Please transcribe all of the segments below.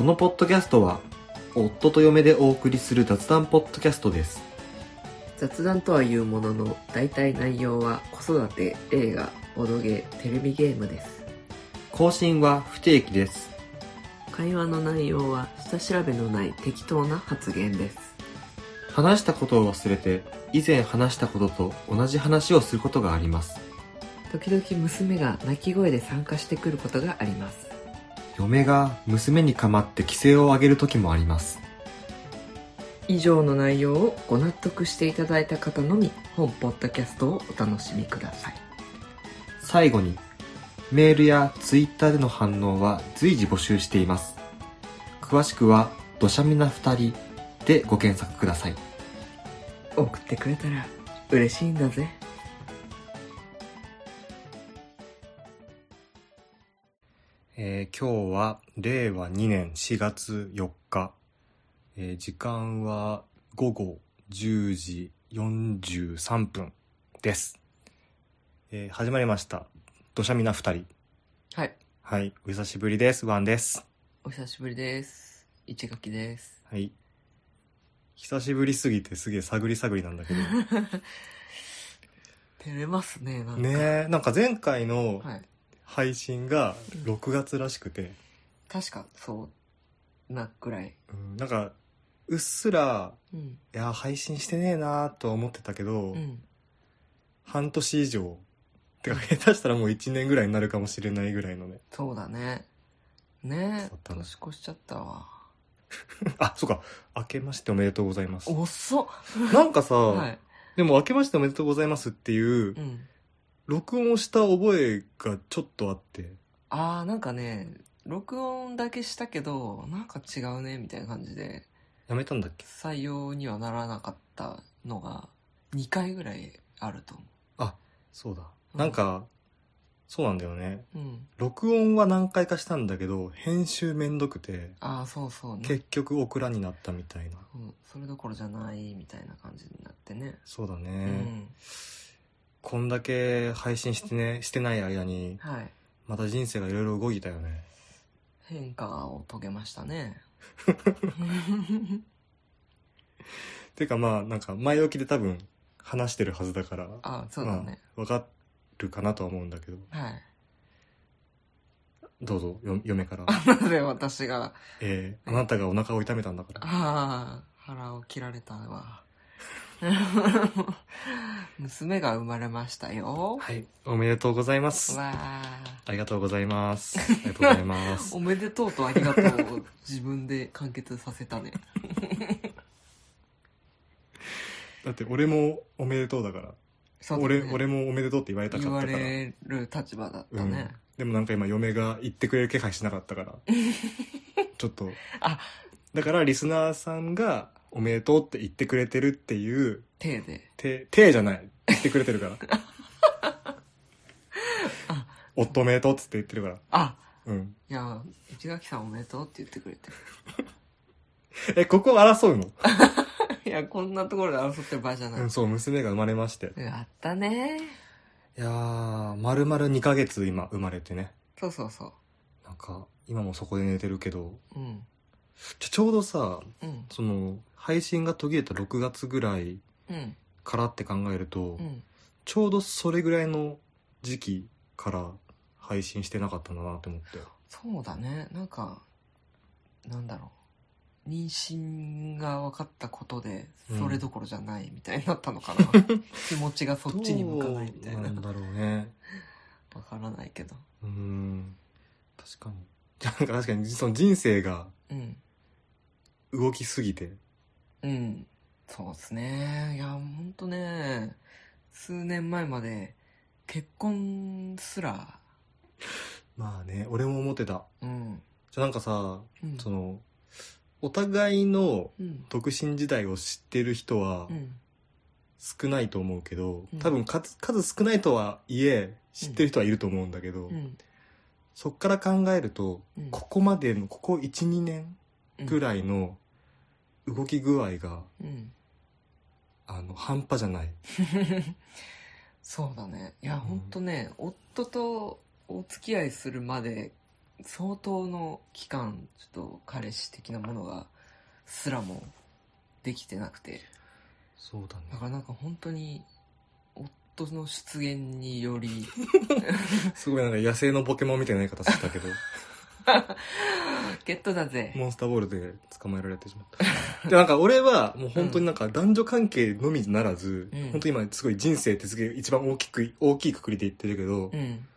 このポッドキャストは夫と嫁でお送りする雑談ポッドキャストです。 雑談とはいうものの、大体内容は子育て、映画、ボドゲ、テレビゲームです。 更新は不定期です。 会話の内容は下調べのない適当な発言です。 話したことを忘れて以前話したことと同じ話をすることがあります。 時々娘が泣き声で参加してくることがあります。 嫁が娘に構って規制を上げる時もあります。 以上の内容をご納得していただいた方のみ本ポッドキャストをお楽しみください。 最後にメールやツイッターでの反応は随時募集しています。詳しくはどしゃみな2人でご検索ください。 送ってくれたら嬉しいんだぜ。 今日は令和2年4月4日、時間は午後10時43分です。始まりましたどしゃみな2人。はい、お久しぶりです。ワンです。 お久しぶりです。市垣です。 はい、久しぶりすぎてすげえ探り探りなんだけど照れますね。 なんか前回の、 はい配信が6月らしくて、 確かそうなくらい、 なんかうっすら、 いや配信してねえなとは思ってたけど、半年以上てか下手したらもう1年ぐらいになるかもしれないぐらいのね。 そうだね。年越しちゃったわあ、そうか、明けましておめでとうございます。 遅っなんかさ、 はい、 でも明けましておめでとうございますっていう、録音をした覚えがちょっとあって。 なんかね、録音だけしたけどなんか違うねみたいな感じでやめたんだっけ。 採用にはならなかったのが2回ぐらいあると思う。 あ、そうだ、なんかそうなんだよね、録音は何回かしたんだけど編集めんどくて、 そうね、 結局オクラになったみたいな、 それどころじゃないみたいな感じになってね。 そうだね、こんだけ配信してない間に、また人生がいろいろ動いたよね。 変化を遂げましたねてかまあなんか前置きで多分話してるはずだから、 そうだね、 分かるかなとは思うんだけど、どうぞ嫁からなぜ私があなたがお腹を痛めたんだから。 腹を切られたわ娘が生まれましたよ。 はい、おめでとうございます。ありがとうございますありがとうございますおめでとうとありがとうを自分で完結させたねだって俺もおめでとうだから。そうだね、俺もおめでとうって言われたかったから。 言われる立場だったね、 でもなんか今嫁が言ってくれる気配しなかったからちょっとだからリスナーさんがおめでとうって言ってくれてるっていう手じゃない、言ってくれてるから夫おめでとうって言ってるから。 いや、市垣さんおめでとうって言ってくれてるここ争うのいや、こんなところで争ってる場合じゃない。 そう、娘が生まれまして。 やったね。 いやー、丸々2ヶ月今生まれてね。 そうなんか今もそこで寝てるけど、ちょうどさ、その配信が途切れた6月ぐらいからって考えると、ちょうどそれぐらいの時期から配信してなかったんだなって思って。 そうだね。なんかなんだろう、妊娠が分かったことでそれどころじゃないみたいになったのかな、気持ちがそっちに向かないみたいな。 なんだろうね分からないけど、 確かに確かにその人生が動きすぎて、 そうですね。いやほんとね、数年前まで結婚すらまあね、俺も思ってた。なんかさ、そのお互いの独身時代を知ってる人は少ないと思うけど、多分数少ないとはいえ知ってる人はいると思うんだけど、そっから考えると、ここまでのここ 1,2 年ぐらいの動き具合が、半端じゃないそうだね。いや、ほんとね、夫とお付き合いするまで相当の期間ちょっと彼氏的なものがすらもできてなくて、 そうだね。 だからなんか本当に夫の出現によりすごいなんか野生のポケモンみたいな言い方してたけどゲットだぜ。 モンスターボールで捕まえられてしまったでなんか俺はもう本当になんか男女関係のみならず、本当に今すごい人生ってすげえ一番大きいくくりで言ってるけど、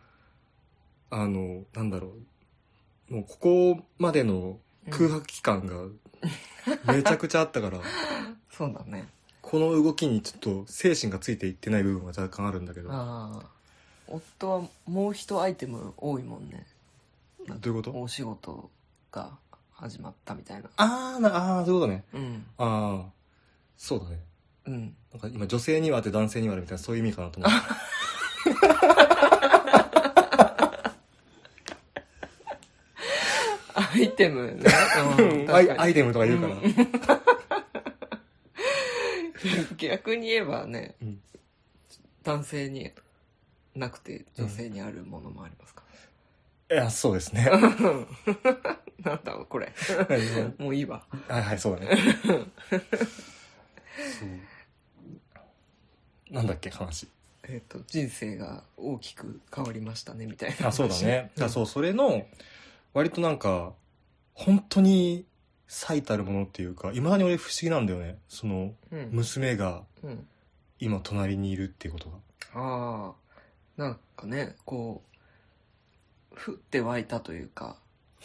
なんだろう、もうここまでの空白期間がめちゃくちゃあったから、 そうだね。 この動きにちょっと精神がついていってない部分は若干あるんだけど。 夫はもう一アイテム多いもんね。 どういうこと？ お仕事が始まったみたいな。 そういうことね。そうだね。なんか今女性にはあって男性にはあるみたいな、そういう意味かなと思ってアイテムね。 アイテムとか言うから。 逆に言えばね、男性になくて女性にあるものもありますか？ いや、そうですね。 なんだこれ。もういいわ。 はい、そうだね。なんだっけ、話。 人生が大きく変わりましたねみたいな。 そうだね。それの割となんか本当に最たるものっていうか、未だに俺不思議なんだよね。その娘が今隣にいるっていうことが。 なんかね、こう降って湧いたというか。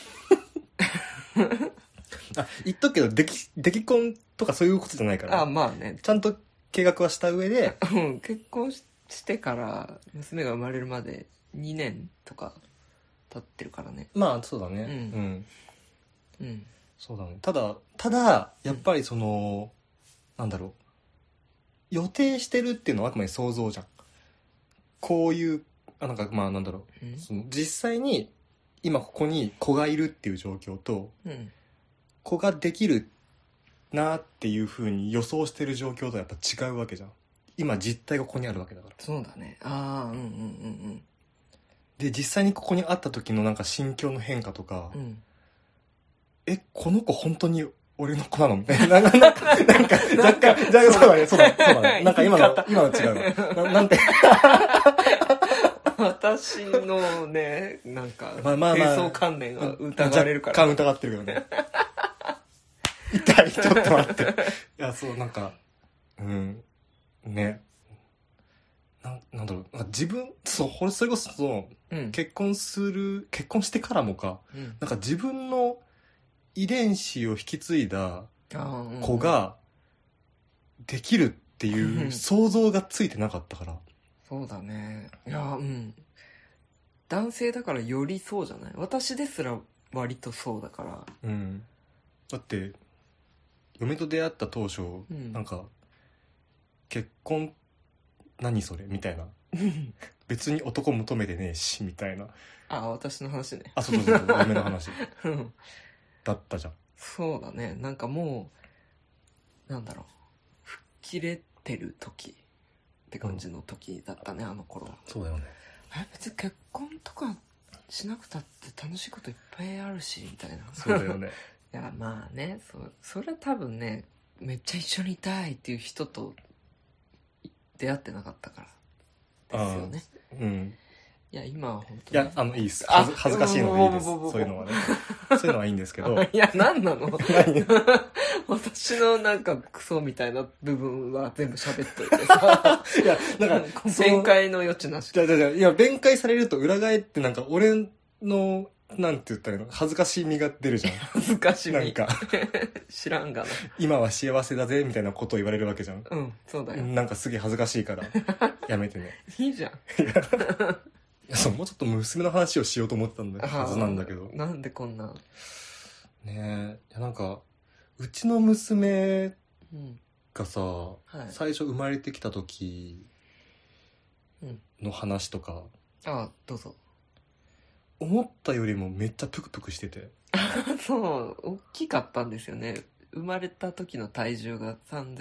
言っとくけど、出来婚とかそういうことじゃないから。 まあね。 ちゃんと計画はした上で。 結婚してから娘が生まれるまで2年とか経ってるからね。 まあ、そうだね。そうだね。ただ、やっぱりその、なんだろう。予定してるっていうのはあくまで想像じゃん。こういう、なんかまあなんだろう。その実際に今ここに子がいるっていう状況と、子ができるなっていう風に予想してる状況とはやっぱ違うわけじゃん。今実態がここにあるわけだから。 そうだね。 で、実際にここにあった時のなんか心境の変化とか、この子本当に俺の子なのみたいな。なんか、若干、そうだね。なんか今の違うわ。なんて。 私のね、なんか、低層観念が疑われるから。 若干疑ってるけどね。痛い、ちょっと待って。いや、そう、なんか、ね。なんだろう、自分、それこそ、結婚してからもか、なんか自分の遺伝子を引き継いだ子ができるっていう想像がついてなかったから。 そうだね。いや、男性だからよりそうじゃない？私ですら割とそうだから。 だって、嫁と出会った当初、なんか、結婚、何それみたいな。別に男求めてねえし、みたいな。 私の話ね。 そう、嫁の話。だったじゃん。 そうだね。なんかもう、なんだろう。吹っ切れてる時って感じの時だったね、あの頃は。 そうだよね。 別に結婚とかしなくたって楽しいこといっぱいあるし、みたいな。 そうだよね。 いや、まあね、それは多分ね、めっちゃ一緒にいたいっていう人と出会ってなかったからですよね。いや、今は本当に。 いや、いいっす。恥ずかしいのでいいです。そういうのはね。そういうのはいいんですけど。 いや、何なの私のなんかクソみたいな部分は全部喋っといてさ。 いや、なんか、 弁解の余地なし。 いや、弁解されると裏返ってなんか俺の、なんて言ったらいいの、恥ずかしみが出るじゃん。 恥ずかしみ。 なんか。 知らんがな。 今は幸せだぜ、みたいなことを言われるわけじゃん。 そうだよ。 なんかすげえ恥ずかしいから、やめてね。 いいじゃん。 もうちょっと娘の話をしようと思ってたはずなんだけど。 なんでこんな。 ねえ。いや、なんか、うちの娘がさ、最初生まれてきた時の話とか。 どうぞ。 思ったよりもめっちゃプクプクしてて。 そう、大きかったんですよね。生まれた時の体重が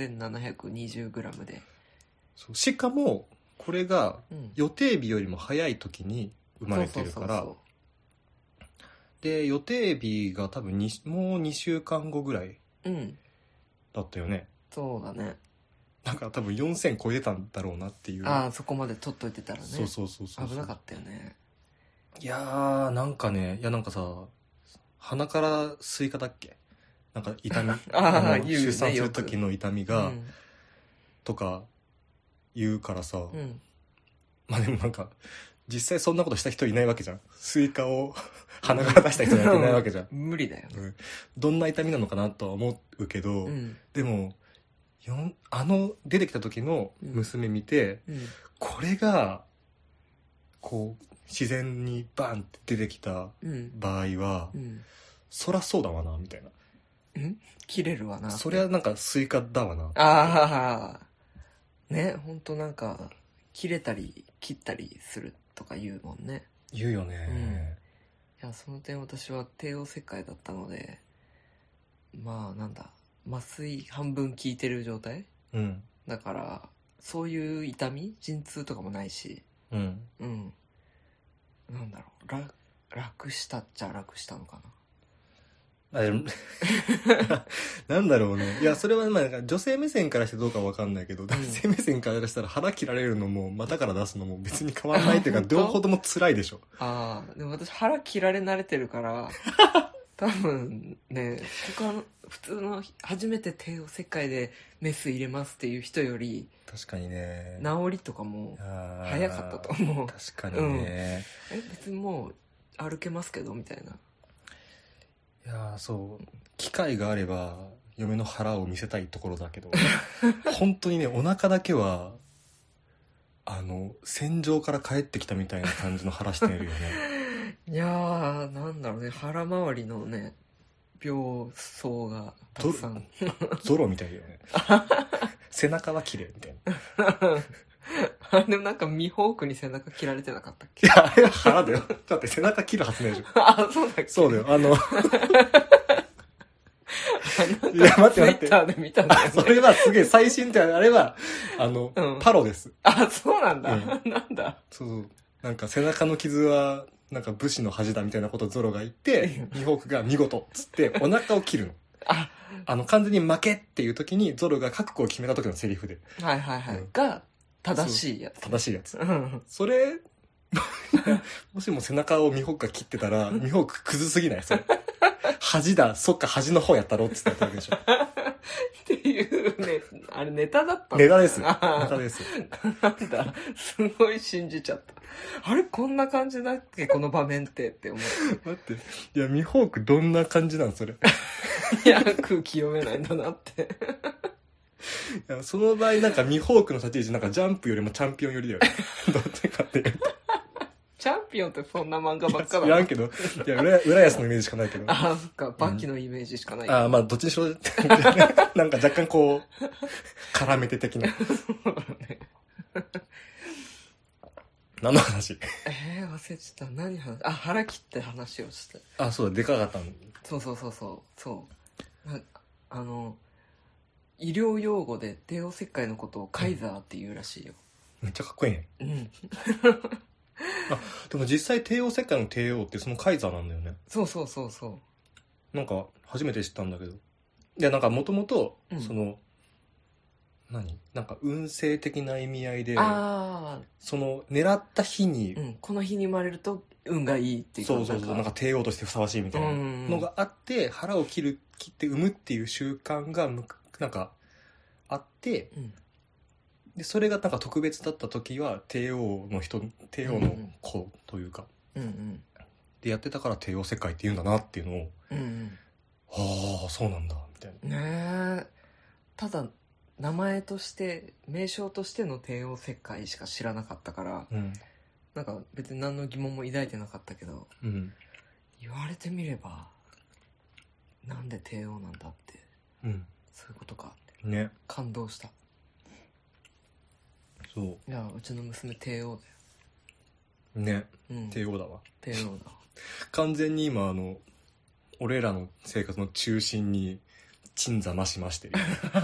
3720g で。 そう、しかも、これが予定日よりも早い時に生まれてるから、 で予定日が多分もう2週間後ぐらいだったよね。 そうだね。 なんか多分4000超えてたんだろうなっていう。 ああ、そこまで取っといてたらね。 そうそうそうそう。 危なかったよね。 いやー、なんかね、いやなんかさ、鼻からスイカだっけ、なんか痛み出産する時の痛みが、とか言うからさ、まあでもなんか実際そんなことした人いないわけじゃん。スイカを鼻から出した人なんていないわけじゃん。 無理だよ、 どんな痛みなのかなとは思うけど、でも出てきた時の娘見て、これがこう自然にバンって出てきた場合は、そらそうだわなみたいな。 切れるわな。 そりゃなんかスイカだわな。 ああね、ほんとなんか切れたり切ったりするとか言うもんね。 言うよね。 いや、その点私は帝王切開だったので、まあなんだ、麻酔半分効いてる状態、だからそういう痛み、陣痛とかもないし、なんだろう、楽したっちゃ楽したのかな。 なんだろうね。いや、それはまあなんか女性目線からしてどうかわかんないけど、男性目線からしたら腹切られるのも股から出すのも別に変わらないっていうか、両方とも辛いでしょ。 ああ、でも私腹切られ慣れてるから多分ね、他の普通の初めて帝王切開でメス入れますっていう人より確かにね、 治りとかも早かったと思う。 確かにね、 別にもう歩けますけどみたいな。 いや、そう、機会があれば嫁の腹を見せたいところだけど本当にね、お腹だけは戦場から帰ってきたみたいな感じの腹してるよね。 いやー、なんだろうね、腹周りのね病巣がたくさんゾロみたいだよね。背中は綺麗みたいな。 でもなんかミホークに背中切られてなかったっけ。 いや、あれは腹だよ。だって背中切るはずないでしょ。 あ、そうだっけ。 そうだよ。いや、待って待って。 ツイッターで見たんだよね。 それはすげえ最新って、あれは、パロです。 あ、そうなんだ。なんだ。 そう。なんか背中の傷は、なんか武士の恥だみたいなことをゾロが言って、ミホークが見事っつってお腹を切るの。完全に負けっていう時にゾロが覚悟を決めた時のセリフで。 はいはいはい。が、正しいやつ。 正しいやつ。それ、もしも背中をミホークが切ってたら、ミホーククズすぎないそれ。恥だ、そっか恥の方やったろって言ったわけでしょ。 っていうね、あれネタだったネタです。ネタです。 なんだ、すごい信じちゃった。あれこんな感じだっけこの場面って思って。 待って。いや、ミホークどんな感じなんそれ。 いや、空気読めないんだなって。 いや、その場合なんかミホークの立ち位置なんかジャンプよりもチャンピオン寄りだよね。どっちかっていうと。 チャンピオンってそんな漫画ばっかだな。 知らんけど。いや、浦安のイメージしかないけど。 ああ、そっか。バッキのイメージしかない。 ああ、まあ、どっちにしろ、なんか若干こう、絡めて的な。そうだね。何の話？ 忘れてた。何話？腹切って話をして。 あ、そうだ、でかかったの。 そう。医療用語で帝王切開のことをカイザーって言うらしいよ。 めっちゃかっこいいね。でも実際帝王切開の帝王ってそのカイザーなんだよね。 そう。 なんか初めて知ったんだけど。いや、なんかもともとその、なんか運勢的な意味合いで、その狙った日に、 この日に生まれると運がいいっていうか、 そうなんか帝王としてふさわしいみたいなのがあって、腹を切って産むっていう習慣がなんかあって、でそれがなんか特別だった時は帝王の子というか、でやってたから帝王切開って言うんだなっていうのを、ああそうなんだみたいな。 ねえ。ただ名前として名称としての帝王切開しか知らなかったから、なんか別に何の疑問も抱いてなかったけど、言われてみればなんで帝王なんだって、そういうことかってね、 感動した。そう。いや、うちの娘帝王だよね。帝王だわ。 帝王だわ。 完全に今俺らの生活の中心に鎮座増しましてる。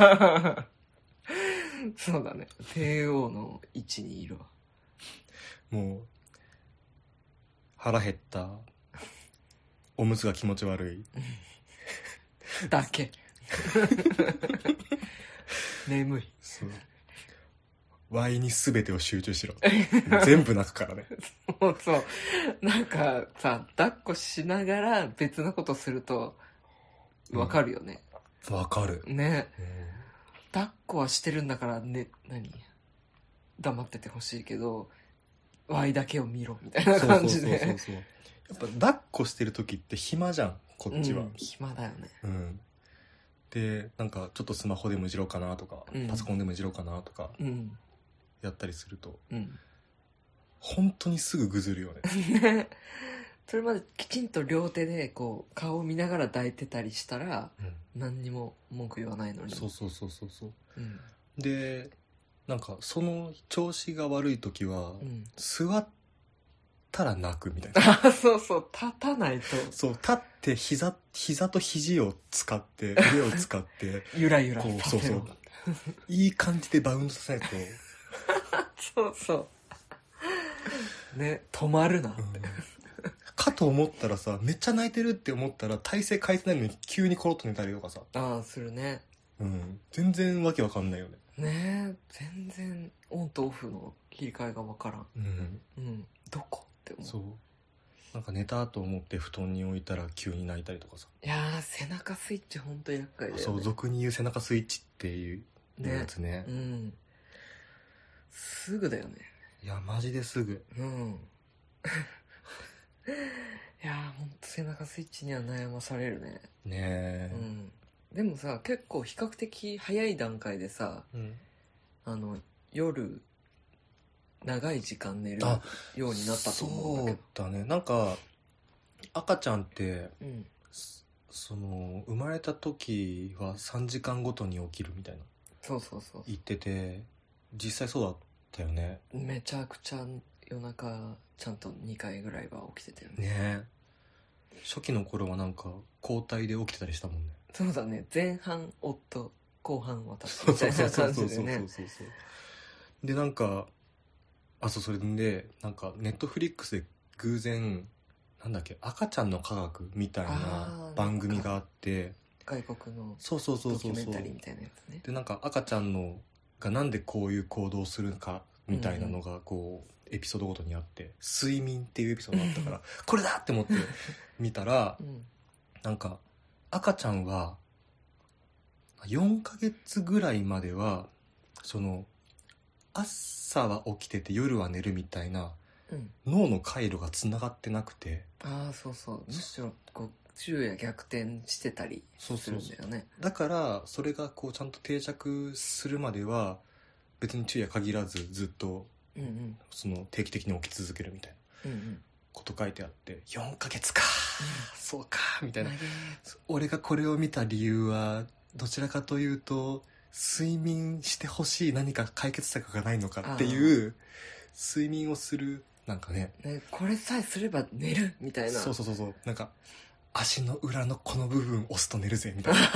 そうだね。帝王の位置にいるわ。 もう腹減った、 おむつが気持ち悪いだけ眠い。 そう。Y に全てを集中しろ全部泣くからね。 そうなんかさ、抱っこしながら別のことするとわかるよね。 わかるね、抱っこはしてるんだからね、黙っててほしいけど Y だけを見ろみたいな感じで。 やっぱ抱っこしてる時って暇じゃんこっちは、 暇だよね。 でなんかちょっとスマホでもいじろうかなとか、パソコンでもいじろうかなとか、やったりすると、本当にすぐぐずるよねそれまできちんと両手でこう顔を見ながら抱いてたりしたら、何にも文句言わないのに。そう、 でなんかその調子が悪い時は、座ったら泣くみたいなそう立たないと。 そう立って膝と肘を使って腕を使ってゆらゆらこういい感じでバウンドさせないとね、止まるなって、 かと思ったらさ、めっちゃ泣いてるって思ったら体勢変えてないのに急にコロッと寝たりとかさ。 するね。 全然わけわかんないよね。 ねえ、全然オンとオフの切り替えがわからん。どこって思う。そう。 なんか寝たと思って布団に置いたら急に泣いたりとかさ。 いやー、背中スイッチほんと厄介だよね。 そう、俗に言う背中スイッチっていうやつね。 すぐだよね。 いやマジですぐ。 いやー、ほんと背中スイッチには悩まされるね。 ねえ。 でもさ、結構比較的早い段階でさ、夜長い時間寝るようになったと思うんだけど。そうだね。なんか赤ちゃんって、その生まれた時は3時間ごとに起きるみたいな言ってて、実際そうだったよね。 めちゃくちゃ夜中ちゃんと2回ぐらいは起きてたよね。 ねえ。初期の頃はなんか交代で起きてたりしたもんね。 そうだね。前半夫、後半私みたいな感じでね。 でなんかそれでなんかネットフリックスで偶然なんだっけ、赤ちゃんの科学みたいな番組があって、 外国のドキュメンタリーみたいなやつね。 でなんか赤ちゃんのがなんでこういう行動をするかみたいなのがこう、エピソードごとにあって、睡眠っていうエピソードがあったからこれだって思って見たら、なんか赤ちゃんは4ヶ月ぐらいまではその朝は起きてて夜は寝るみたいな、脳の回路がつながってなくて、 むしろこう昼夜逆転してたりするんだよね。 だからそれがこうちゃんと定着するまでは別に昼夜限らずずっと、その定期的に起き続けるみたいなこと書いてあって、4ヶ月か、そうかみたいな。俺がこれを見た理由はどちらかというと睡眠してほしい何か解決策がないのかっていう、睡眠をするなんかね、 これさえすれば寝るみたいな。 なんか足の裏のこの部分押すと寝るぜみたいな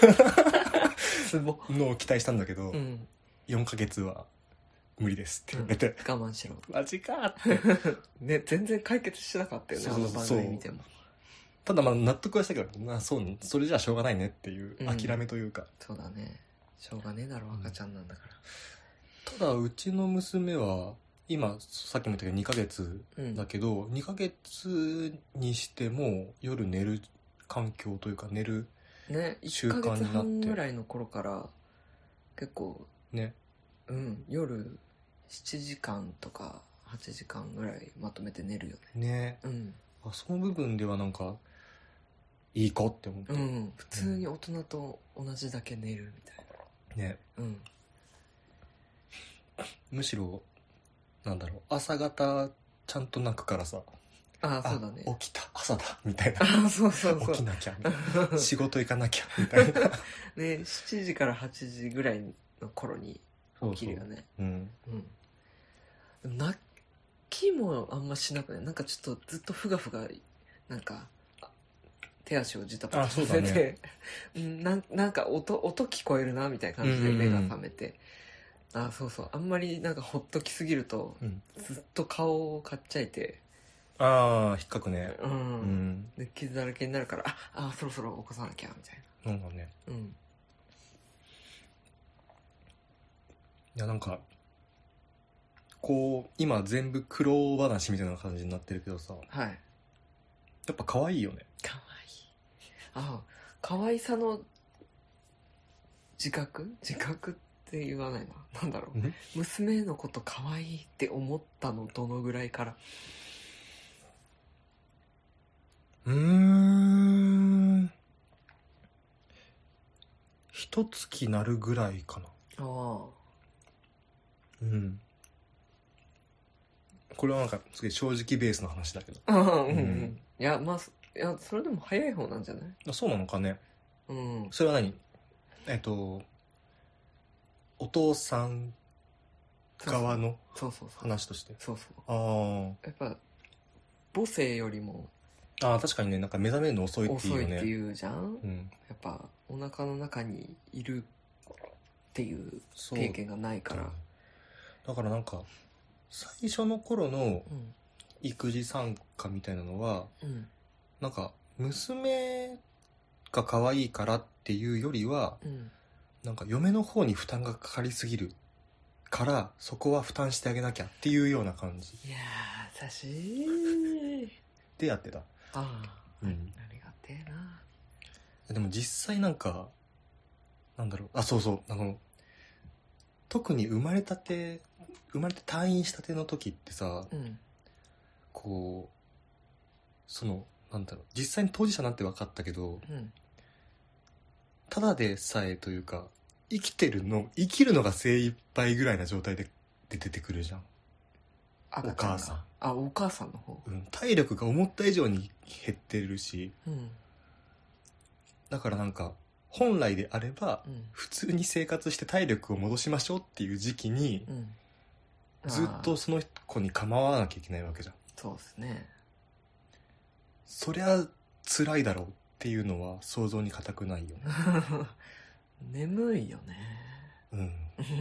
のを期待したんだけど、4ヶ月は無理ですって言われて、 我慢しろ、 マジかってね、全然解決しなかったよね、あの番組見ても。 ただまあ納得はしたけど、それじゃあしょうがないねっていう諦めというか、 そうだね、しょうがねえだろ、赤ちゃんなんだから。 ただうちの娘は今さっきも言ったけど2ヶ月だけど、2ヶ月にしても夜寝る環境というか寝る習慣になって、 1ヶ月半ぐらいの頃から結構ね、夜7時間とか8時間ぐらいまとめて寝るよね。その部分ではなんかいい子って思って、 普通に大人と同じだけ寝るみたいなね。 むしろなんだろう、朝方ちゃんと泣くからさ、 そうだね、 起きた朝だみたいな、起きなきゃみたいな仕事行かなきゃみたいなね、7時から8時ぐらいの頃に起きるよね。泣きもあんましなくない？なんかちょっとずっとふがふがなんか手足をジタバタさせて、なんか音聞こえるなみたいな感じで目が覚めて、あんまりなんかほっときすぎると、ずっと顔を買っちゃいてああ引っかくね。 うん、で傷だらけになるから、そろそろ起こさなきゃみたいな。なんかね。いやなんかこう今全部苦労話みたいな感じになってるけどさ、 はい、 やっぱ可愛いよね。 可愛い。可愛さの自覚って言わないな。なんだろう。娘のこと可愛いって思ったのどのぐらいから？ 一月なるぐらいかな。うん。これはなんかすげえ正直ベースの話だけど。 いやそれでも早い方なんじゃない？ そうなのかね。それは何？お父さん側の話として。 そうそうやっぱ母性よりも確かにね、なんか目覚めるの遅いっていうね。 遅いっていうじゃん、やっぱお腹の中にいるっていう経験がないから。 だからなんか最初の頃の育児参加みたいなのは、なんか娘が可愛いからっていうよりは、なんか嫁の方に負担がかかりすぎるからそこは負担してあげなきゃっていうような感じ。 いやー優しいでやってた。 ありがてえな。 でも実際なんかなんだろう、そう特に生まれて退院したての時ってさ、こうなんだろう、実際に当事者なんて分かったけど、ただでさえというか生きるのが精一杯ぐらいな状態で出てくるじゃん、お母さん。 お母さんの方、 体力が思った以上に減ってるし、だからなんか本来であれば、普通に生活して体力を戻しましょうっていう時期に、ずっとその子に構わなきゃいけないわけじゃん。 そうですね。 そりゃ辛いだろうっていうのは想像に難くないよね。 眠いよね。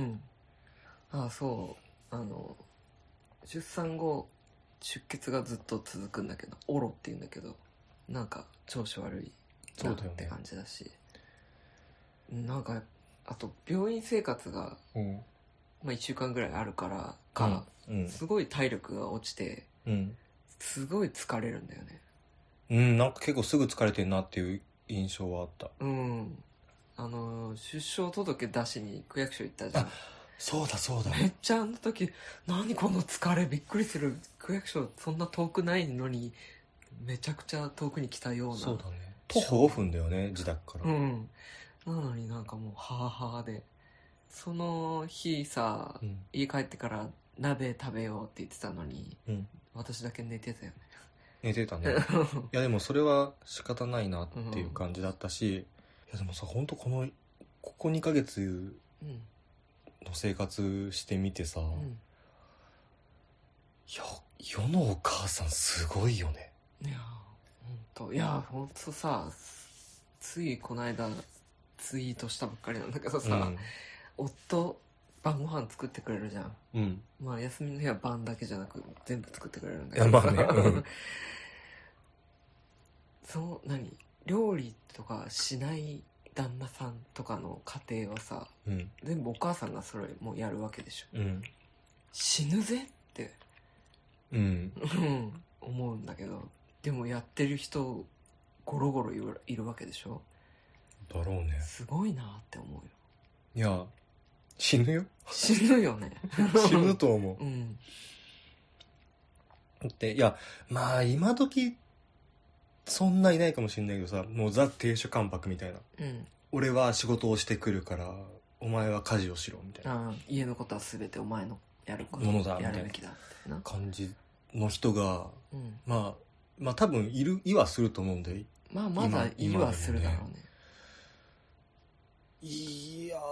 そう出産後出血がずっと続くんだけど、オロって言うんだけど、なんか調子悪いなって感じだし、なんかあと病院生活が、1週間ぐらいあるからか、すごい体力が落ちて、すごい疲れるんだよね。 なんか結構すぐ疲れてんなっていう印象はあった。 出生届出しに区役所行ったじゃん。 そうだめっちゃあの時、何この疲れ、びっくりする。区役所そんな遠くないのにめちゃくちゃ遠くに来たような。 そうだね、徒歩5分だよね、自宅から。 なのになんかもうはーで、その日さ、家帰ってから鍋食べようって言ってたのに、私だけ寝てたよね。 寝てたね。いやでもそれは仕方ないなっていう感じだったし、いやでもさ、本当ここ2ヶ月の生活してみてさ、いや世のお母さんすごいよね。 いやほんとさ、ついこの間ツイートしたばっかりなんだけどさ、夫晩ご飯作ってくれるじゃん。まあ休みの日は晩だけじゃなく全部作ってくれるんだけど、料理とかしない旦那さんとかの家庭はさ、全部お母さんがそれもうやるわけでしょ。死ぬぜって思うんだけど、でもやってる人ゴロゴロいるわけでしょ。 だろうね。 すごいなって思うよ。 いや死ぬよ。 死ぬよね。 死ぬと思う。で、いやまあ今時そんないないかもしれないけどさ、もうザ亭主関白みたいな、俺は仕事をしてくるからお前は家事をしろみたいな、 家のことは全てお前のやることものだみたいな感じの人が、まあ多分いはすると思うんで、 まだいはするだろうね。 いや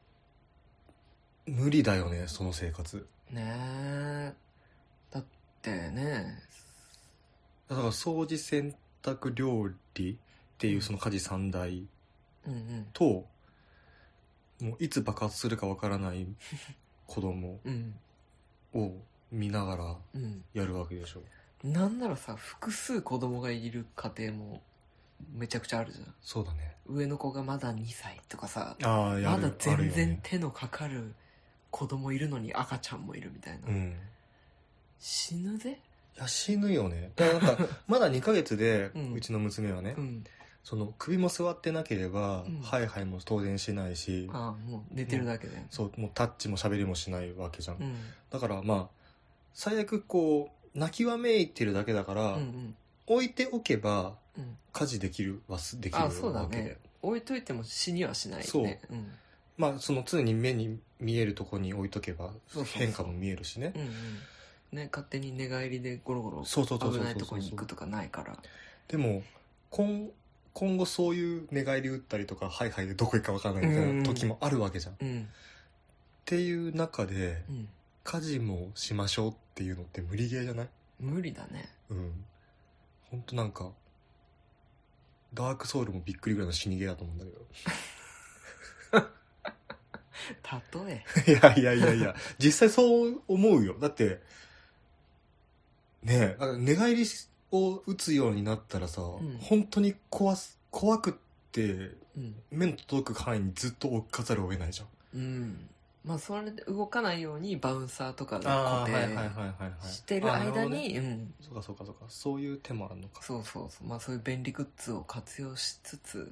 無理だよね、その生活ねえ。だってね、 だから掃除洗濯料理っていうその家事三大と、もういつ爆発するかわからない子供を見ながらやるわけでしょ。 なんならさ複数子供がいる家庭もめちゃくちゃあるじゃん。 そうだね。 上の子がまだ2歳とかさ、 まだ全然手のかかる子供いるのに赤ちゃんもいるみたいな、死ぬぜ。 いや死ぬよね。だからなんかまだ2ヶ月で、うちの娘はね、その首も座ってなければ、ハイハイも当然しないし、 もう寝てるだけで、 そうもうタッチも喋りもしないわけじゃん、だからまあ最悪こう泣きわめいてるだけだから、置いておけば、家事できるわけで、 置いといても死にはしないね。 そう、まあその常に目に見えるとこに置いとけば変化も見えるしね、 ね、勝手に寝返りでゴロゴロ危ないとこに行くとかないから。 でも今後そういう寝返り打ったりとかハイハイでどこ行くか分からないみたいな時もあるわけじゃん、っていう中で、家事もしましょうっていうのって無理ゲーじゃない？ 無理だね。 本当なんかダークソウルもびっくりぐらいの死にゲーだと思うんだけど例えいや実際そう思うよ。だってねえ寝返りを打つようになったらさ、本当に怖くって、目の届く範囲にずっと置かざるを得ないじゃん。 まあそれで動かないようにバウンサーとかで固定してる間に、 そうかそういう手もあるのか。 そうまあそういう便利グッズを活用しつつ、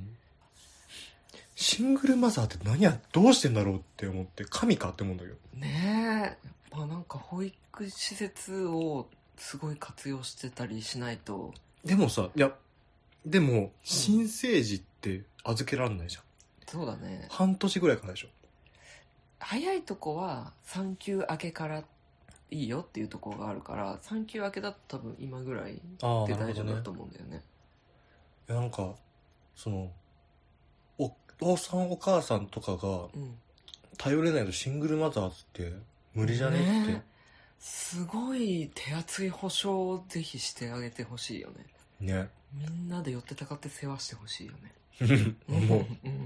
シングルマザーってどうしてんだろうって思って、神かって思うんだけどねえ。まあなんか保育施設をすごい活用してたりしないと。 でもさ、でも新生児って預けられないじゃん。 そうだね。 半年ぐらいからでしょ。 早いとこは産休明けからいいよっていうところがあるから、産休明けだと多分今ぐらいで大丈夫だと思うんだよね。 いやなんかそのお父さんお母さんとかが頼れないとシングルマザーって無理じゃねって、 すごい手厚い保証をぜひしてあげてほしいよね。 ね。 みんなで寄ってたかって世話してほしいよね。思う。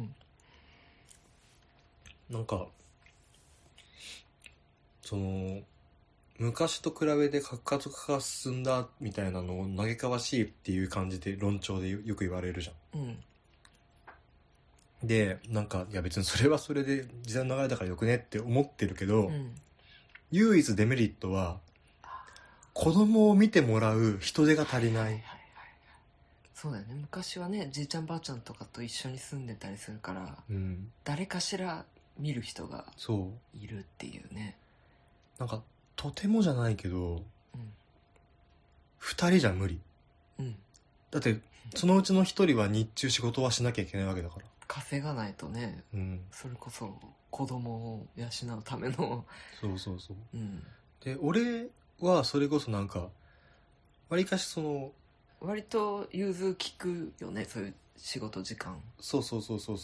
なんかその昔と比べて核家族化が進んだみたいなのを嘆かわしいっていう感じで論調でよく言われるじゃん。でなんかいや別にそれはそれで時代の流れだからよくねって思ってるけど、唯一デメリットは子供を見てもらう人手が足りない。 そうだよね。昔はねじいちゃんばあちゃんとかと一緒に住んでたりするから、誰かしら見る人がいるっていうね。 なんかとてもじゃないけど、2人じゃ無理、だってそのうちの1人は日中仕事はしなきゃいけないわけだから、 稼がないとね、それこそ子供を養うためのそう、で俺はそれこそなんかわりかし割と融通きくよね、そういう仕事時間。 そう、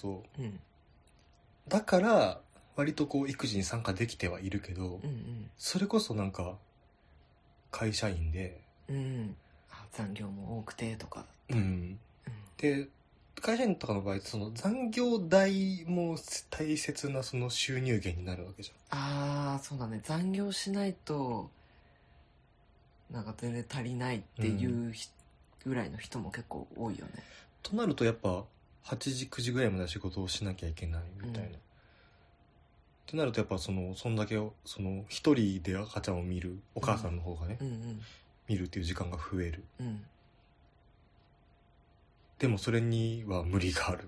だから割とこう育児に参加できてはいるけど、それこそなんか会社員で、 残業も多くてとか、 で会社員とかの場合その残業代も大切なその収入源になるわけじゃん。そうだね。残業しないとなんか全然足りないっていうぐらいの人も結構多いよね。 となるとやっぱ8時9時ぐらいまで仕事をしなきゃいけないみたいな、ってなるとやっぱそんだけ一人で赤ちゃんを見るお母さんの方がね、見るっていう時間が増える、でもそれには無理がある、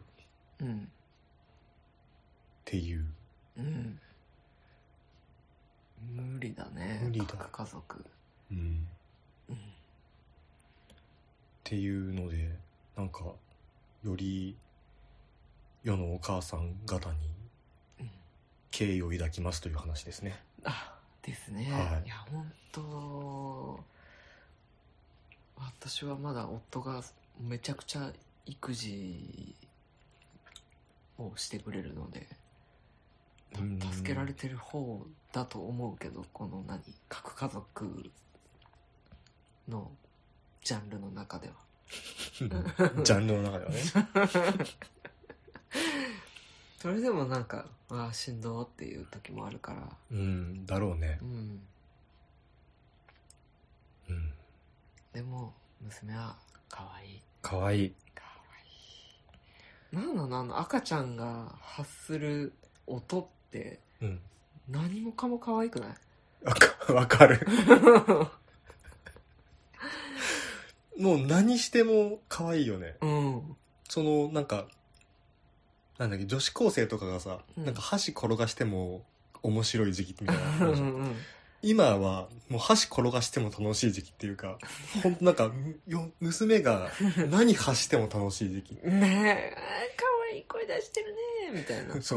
っていう、 無理だね。 無理だ。 核家族、 っていうのでなんかより世のお母さん方に敬意を抱きますという話ですね。 ですね。いや本当私はまだ夫がめちゃくちゃ育児をしてくれるので助けられてる方だと思うけど、この核家族のジャンルの中ではジャンルの中ではねそれでもなんかしんどっていう時もあるから、 だろうね。 でも娘は可愛い。 かわいい。 なんなの赤ちゃんが発する音って、うん、何もかも可愛くない？ わかる。もう何しても可愛いよね。うん。そのなんかなんだっけ、女子高生とかがさ、うん、なんか箸転がしても面白い時期みたいなうん、今はもう箸転がしても楽しい時期っていうか、ほんとなんか娘が何箸しても楽しい時期。 ねえ、可愛い声出してるねみたいな。そう。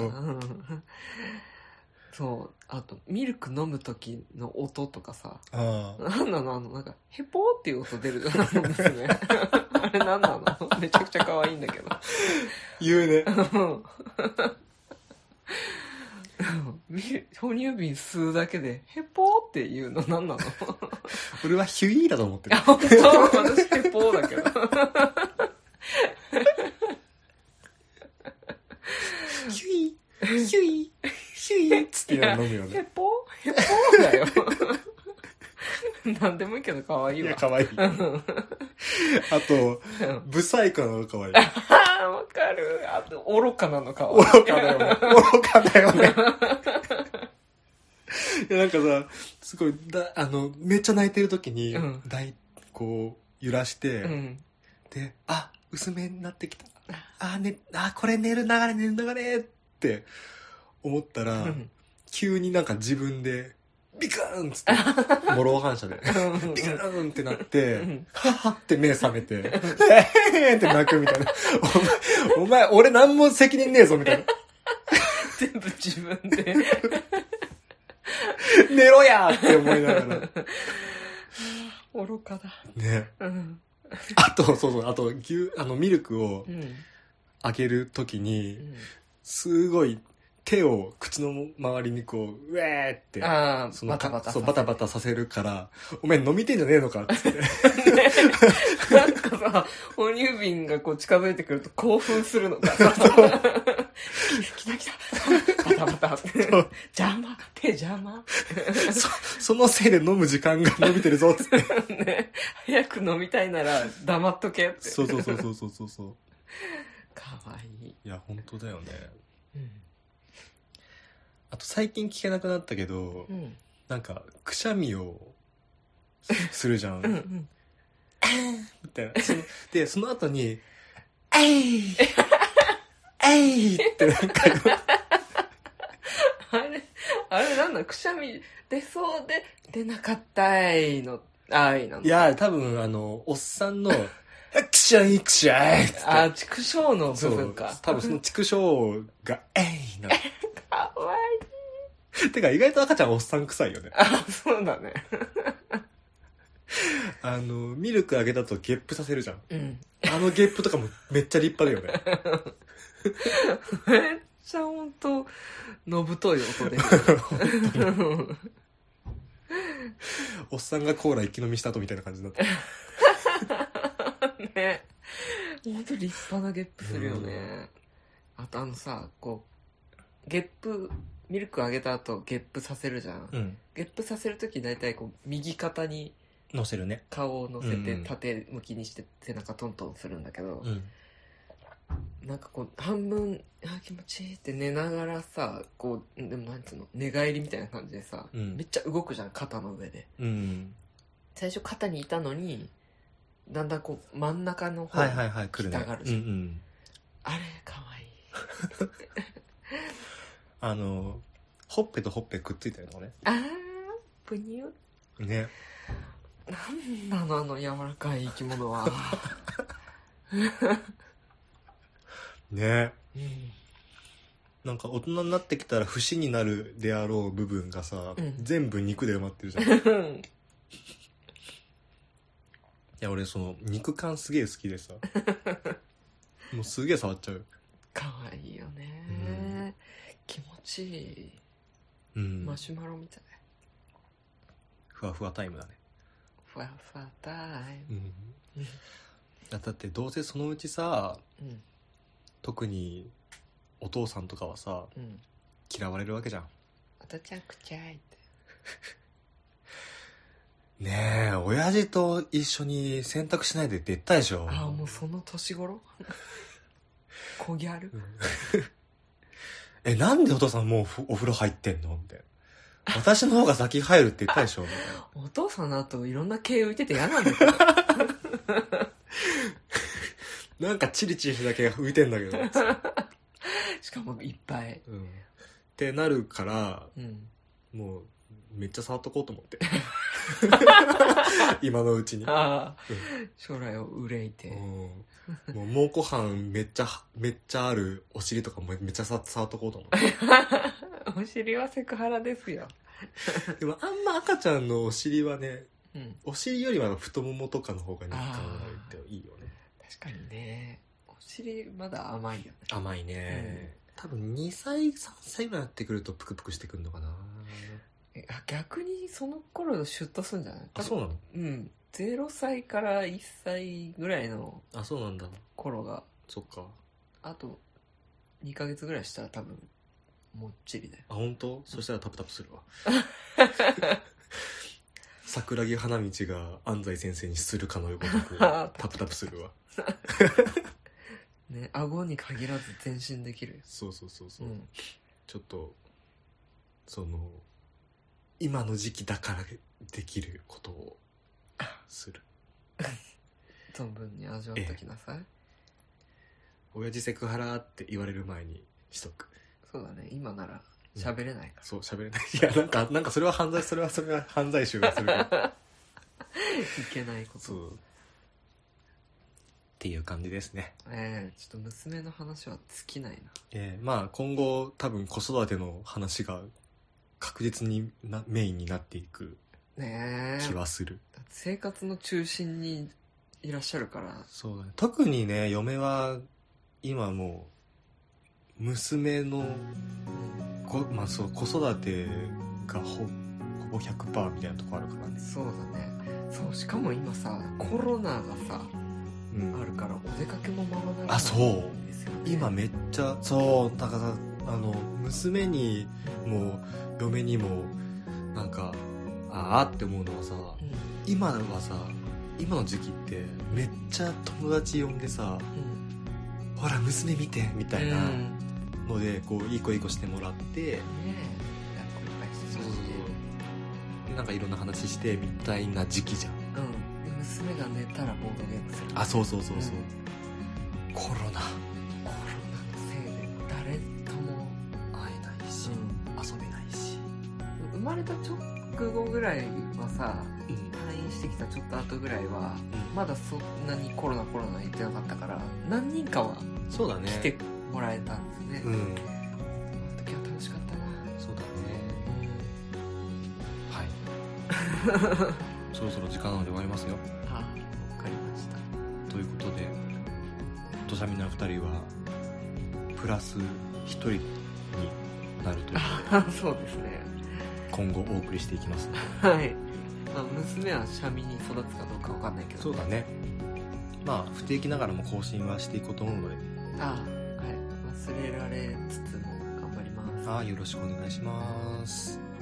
そう。あとミルク飲む時の音とかさ、なんなのなんかヘポーっていう音出るじゃん娘。あれなんなの？めちゃくちゃ可愛いんだけど。 言うね。 哺乳瓶吸うだけでヘポーって言うの何なの？ 俺はヒュイーだと思ってる。 本当？私ヘポーだけど。 ヒュイヒュイヒュイっつって飲むよね。 ヘポーだよ。なんでもいいけど可愛いわ。いや、 可愛い。あと、ブサイクなの可愛い。 わかる。あと、愚かなの可愛い。 愚かだよね。愚かだよね。いや、なんかさ、すごい、めっちゃ泣いてる時に、こう、揺らして、で、薄めになってきた。これ寝る流れって思ったら、急になんか自分で、ビクーンっつって、モロ反射で、ビクーンってなって、ははって目覚めて、って泣くみたいな。お前、俺何も責任ねえぞみたいな。 全部自分で。 寝ろやって思いながら。 愚かだ。 ね。あと、あと、ミルクをあげるときに、すごい、手を口の周りにこう、うえーって、 バタバタさせるから、お前飲みてんじゃねえのかって。 なんかさ、哺乳瓶がこう近づいてくると興奮するのかさ。来た。バタバタ。手邪魔。 そのせいで飲む時間が伸びてるぞって。 ね、早く飲みたいなら黙っとけって。 そう。かわいい。 いや、本当だよね。あと最近聞けなくなったけど、なんかくしゃみをするじゃん。みたいな。でその後にえいってなんかあれなんだ、くしゃみ出そうで出なかったいのなんだ。 いや多分おっさんのくしゃいって畜生の部分か。 多分その畜生がなる。 かわいい。てか意外と赤ちゃんおっさん臭いよね。 そうだね。 ミルクあげたとゲップさせるじゃん。ゲップとかもめっちゃ立派だよね。 めっちゃほんとのぶとい音で。 おっさんがコーラ一気飲みした後みたいな感じになって。 ね、ほんと立派なゲップするよね。あとさ、こうゲップミルクあげた後ゲップさせるじゃん。ゲップさせるとき大体こう右肩に乗せるね。 顔を乗せて縦向きにして背中トントンするんだけど、なんかこう半分気持ちいいって寝ながらさ、こうでもなんつうの、寝返りみたいな感じでさ、めっちゃ動くじゃん、肩の上で。最初肩にいたのにだんだんこう真ん中の方に来たがるじゃん。あれかわいい。 ほっぺとほっぺくっついたよね。 ぷにゅね。 なんなの柔らかい生き物は。 ね。なんか大人になってきたら節になるであろう部分がさ、全部肉で埋まってるじゃん。いや俺その肉感すげえ好きでさ、もうすげえ触っちゃう。 かわいいよね。気持ちいい。マシュマロみたい。 ふわふわタイムだね。 ふわふわタイム。 だってどうせそのうちさ、特にお父さんとかはさ、嫌われるわけじゃん。 お父ちゃんくちゃいって。 ねえ、親父と一緒に洗濯しないでって言ったでしょ。 ああ、もうその年頃小ギャル、 なんでお父さんもうお風呂入ってんのみたいな。私の方が先入るって言ったでしょみたいな。 お父さんの後いろんな毛浮いてて嫌なんだけど。 なんかチリチリしただけが浮いてんだけど。 しかもいっぱい。 ってなるから、もうめっちゃ触っとこうと思って。今のうちに。 将来を憂いて。 もう蒙古斑めっちゃあるお尻とかもめっちゃ触っとこうと思って。 お尻はセクハラですよ。 でもあんま赤ちゃんのお尻はね、お尻よりは太ももとかの方が日韓がいいよね。 確かにね。お尻まだ甘いよね。 甘いね。多分2歳3歳ぐらいになってくるとプクプクしてくるのかな。 逆にその頃シュッとするんじゃない？ あ、そうなの ？0歳から1歳ぐらいのそうなんだ頃が。 そっか。 あと2ヶ月ぐらいしたら多分もっちりだよ。 本当？そしたらタプタプするわ。桜木花道が安西先生にするかのようにタプタプするわ。 ね、顎に限らず全身できる。 そう、ちょっと今の時期だからできることをする。 存分に味わっときなさい。 親父セクハラって言われる前にしとく。 そうだね、今なら喋れないから。 そう、喋れない。いや、なんかそれは犯罪、それは犯罪集がするから。 いけないこと。そう。 っていう感じですね。 ちょっと娘の話は尽きないな。 まあ今後多分子育ての話が確実にメインになっていく気はする。 生活の中心にいらっしゃるから。 そうだね。特にね、嫁は今もう娘の子育てがほぼ 100% みたいなとこあるからね。 そうだね。そう、しかも今さ、コロナがさ、あるからお出かけもままならないんですよね。 今めっちゃそうだから、娘にも嫁にもなんかって思うのはさ、今の時期ってめっちゃ友達呼んでさ、ほら娘見てみたいなのでこういい子してもらって、でなんかいろんな話してみたいな時期じゃん。 娘が寝たらボードゲームする。 そう、コロナのせいで誰とも会えないし、遊べないし。 生まれた直後ぐらいはさ、退院してきたちょっと後ぐらいは、まだそんなにコロナ言ってなかったから、何人かはそうだね、 来てもらえたんですね。その時は楽しかったな。 そうだね。はい。そろそろ時間なので終わりますよ。 わかりました。 ということで、土砂みな2人はプラス1人になるということでそうですね。 今後お送りしていきますので、はい。娘はシャミに育つかどうかわかんないけど、 そうだね。不定期ながらも更新はしていこうと思うので、 はい。忘れられつつも頑張ります。 よろしくお願いします。